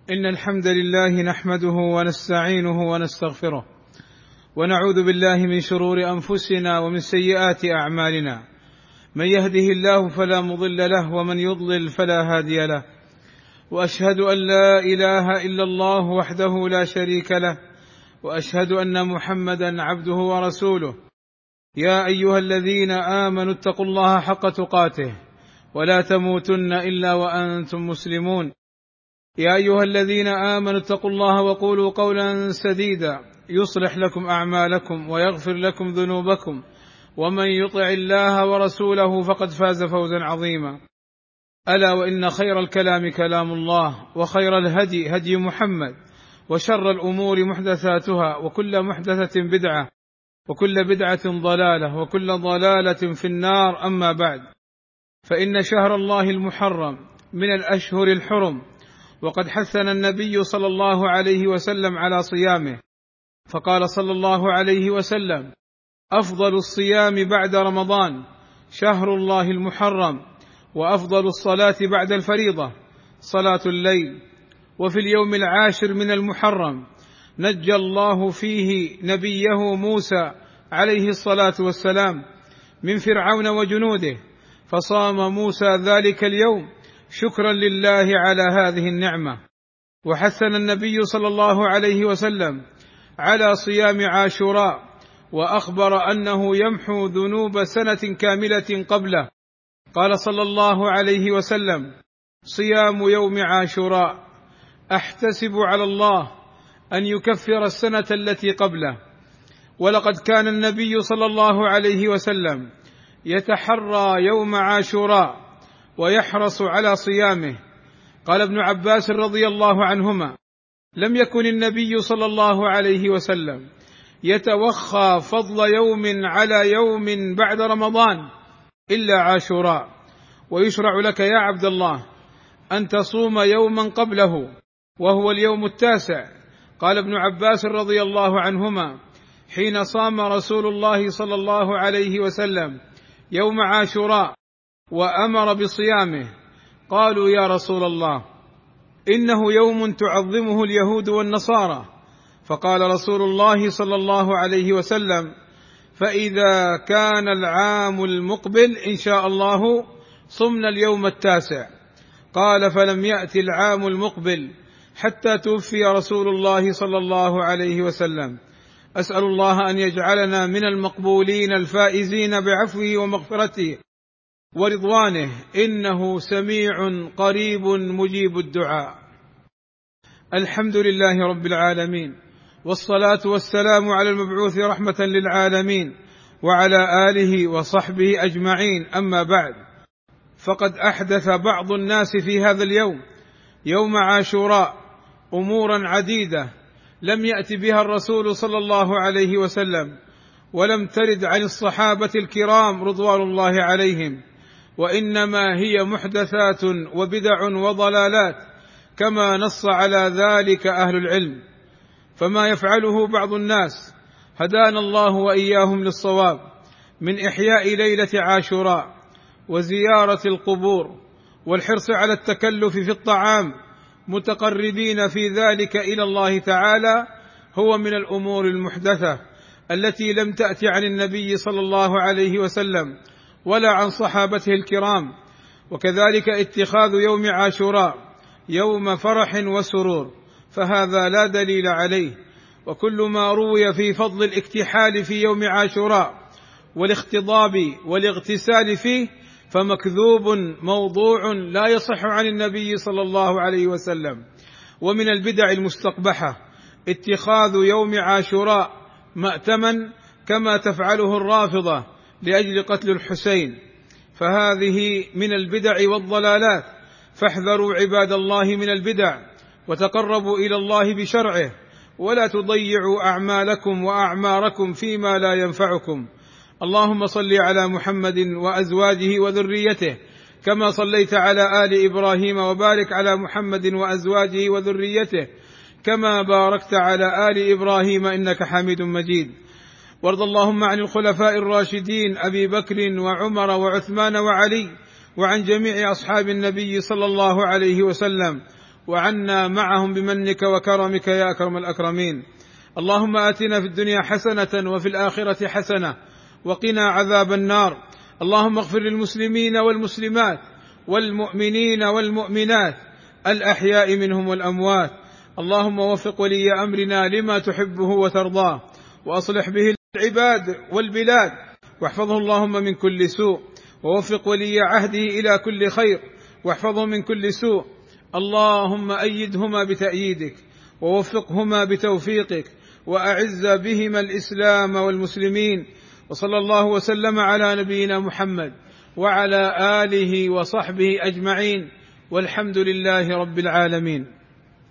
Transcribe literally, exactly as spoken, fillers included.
إن الحمد لله نحمده ونستعينه ونستغفره، ونعوذ بالله من شرور أنفسنا ومن سيئات أعمالنا. من يهده الله فلا مضل له، ومن يضلل فلا هادي له. وأشهد أن لا إله إلا الله وحده لا شريك له، وأشهد أن محمدا عبده ورسوله. يا أيها الذين آمنوا اتقوا الله حق تقاته ولا تموتن إلا وأنتم مسلمون. يا أيها الذين آمنوا اتقوا الله وقولوا قولا سديدا يصلح لكم أعمالكم ويغفر لكم ذنوبكم، ومن يطع الله ورسوله فقد فاز فوزا عظيما. ألا وإن خير الكلام كلام الله، وخير الهدي هدي محمد، وشر الأمور محدثاتها، وكل محدثة بدعة، وكل بدعة ضلالة، وكل ضلالة في النار. أما بعد، فإن شهر الله المحرم من الأشهر الحرم، وقد حثنا النبي صلى الله عليه وسلم على صيامه، فقال صلى الله عليه وسلم: أفضل الصيام بعد رمضان شهر الله المحرم، وأفضل الصلاة بعد الفريضة صلاة الليل. وفي اليوم العاشر من المحرم نجى الله فيه نبيه موسى عليه الصلاة والسلام من فرعون وجنوده، فصام موسى ذلك اليوم شكرا لله على هذه النعمة. وحثنا النبي صلى الله عليه وسلم على صيام عاشوراء، وأخبر أنه يمحو ذنوب سنة كاملة قبله. قال صلى الله عليه وسلم: صيام يوم عاشوراء أحتسب على الله أن يكفر السنة التي قبله. ولقد كان النبي صلى الله عليه وسلم يتحرى يوم عاشوراء ويحرص على صيامه. قال ابن عباس رضي الله عنهما: لم يكن النبي صلى الله عليه وسلم يتوخى فضل يوم على يوم بعد رمضان إلا عاشوراء. ويشرع لك يا عبد الله أن تصوم يوما قبله، وهو اليوم التاسع. قال ابن عباس رضي الله عنهما: حين صام رسول الله صلى الله عليه وسلم يوم عاشوراء وأمر بصيامه، قالوا: يا رسول الله، إنه يوم تعظمه اليهود والنصارى. فقال رسول الله صلى الله عليه وسلم: فإذا كان العام المقبل إن شاء الله صمنا اليوم التاسع. قال: فلم يأتي العام المقبل حتى توفي رسول الله صلى الله عليه وسلم. أسأل الله أن يجعلنا من المقبولين الفائزين بعفوه ومغفرته ورضوانه، إنه سميع قريب مجيب الدعاء. الحمد لله رب العالمين، والصلاة والسلام على المبعوث رحمة للعالمين، وعلى آله وصحبه أجمعين. أما بعد، فقد أحدث بعض الناس في هذا اليوم، يوم عاشوراء، أمورا عديدة لم يأت بها الرسول صلى الله عليه وسلم، ولم ترد عن الصحابة الكرام رضوان الله عليهم، وإنما هي محدثات وبدع وضلالات، كما نص على ذلك أهل العلم. فما يفعله بعض الناس هدانا الله وإياهم للصواب من إحياء ليلة عاشوراء وزيارة القبور والحرص على التكلف في الطعام متقربين في ذلك إلى الله تعالى، هو من الأمور المحدثة التي لم تأت عن النبي صلى الله عليه وسلم ولا عن صحابته الكرام. وكذلك اتخاذ يوم عاشوراء يوم فرح وسرور، فهذا لا دليل عليه. وكل ما روي في فضل الاكتحال في يوم عاشوراء والاختضاب والاغتسال فيه فمكذوب موضوع لا يصح عن النبي صلى الله عليه وسلم. ومن البدع المستقبحة اتخاذ يوم عاشوراء مأتما كما تفعله الرافضة لأجل قتل الحسين، فهذه من البدع والضلالات. فاحذروا عباد الله من البدع، وتقربوا إلى الله بشرعه، ولا تضيعوا أعمالكم وأعماركم فيما لا ينفعكم. اللهم صل على محمد وأزواجه وذريته كما صليت على آل إبراهيم، وبارك على محمد وأزواجه وذريته كما باركت على آل إبراهيم إنك حميد مجيد. وارض اللهم عن الخلفاء الراشدين أبي بكر وعمر وعثمان وعلي، وعن جميع أصحاب النبي صلى الله عليه وسلم، وعنا معهم بمنك وكرمك يا أكرم الأكرمين. اللهم آتنا في الدنيا حسنة وفي الآخرة حسنة وقنا عذاب النار. اللهم اغفر للمسلمين والمسلمات والمؤمنين والمؤمنات الأحياء منهم والأموات. اللهم وفق ولي أمرنا لما تحبه وترضاه، وأصلح به العباد والبلاد، واحفظه اللهم من كل سوء، ووفق ولي عهده إلى كل خير، واحفظه من كل سوء. اللهم أيدهما بتأييدك، ووفقهما بتوفيقك، وأعز بهما الإسلام والمسلمين. وصلى الله وسلم على نبينا محمد وعلى آله وصحبه أجمعين، والحمد لله رب العالمين.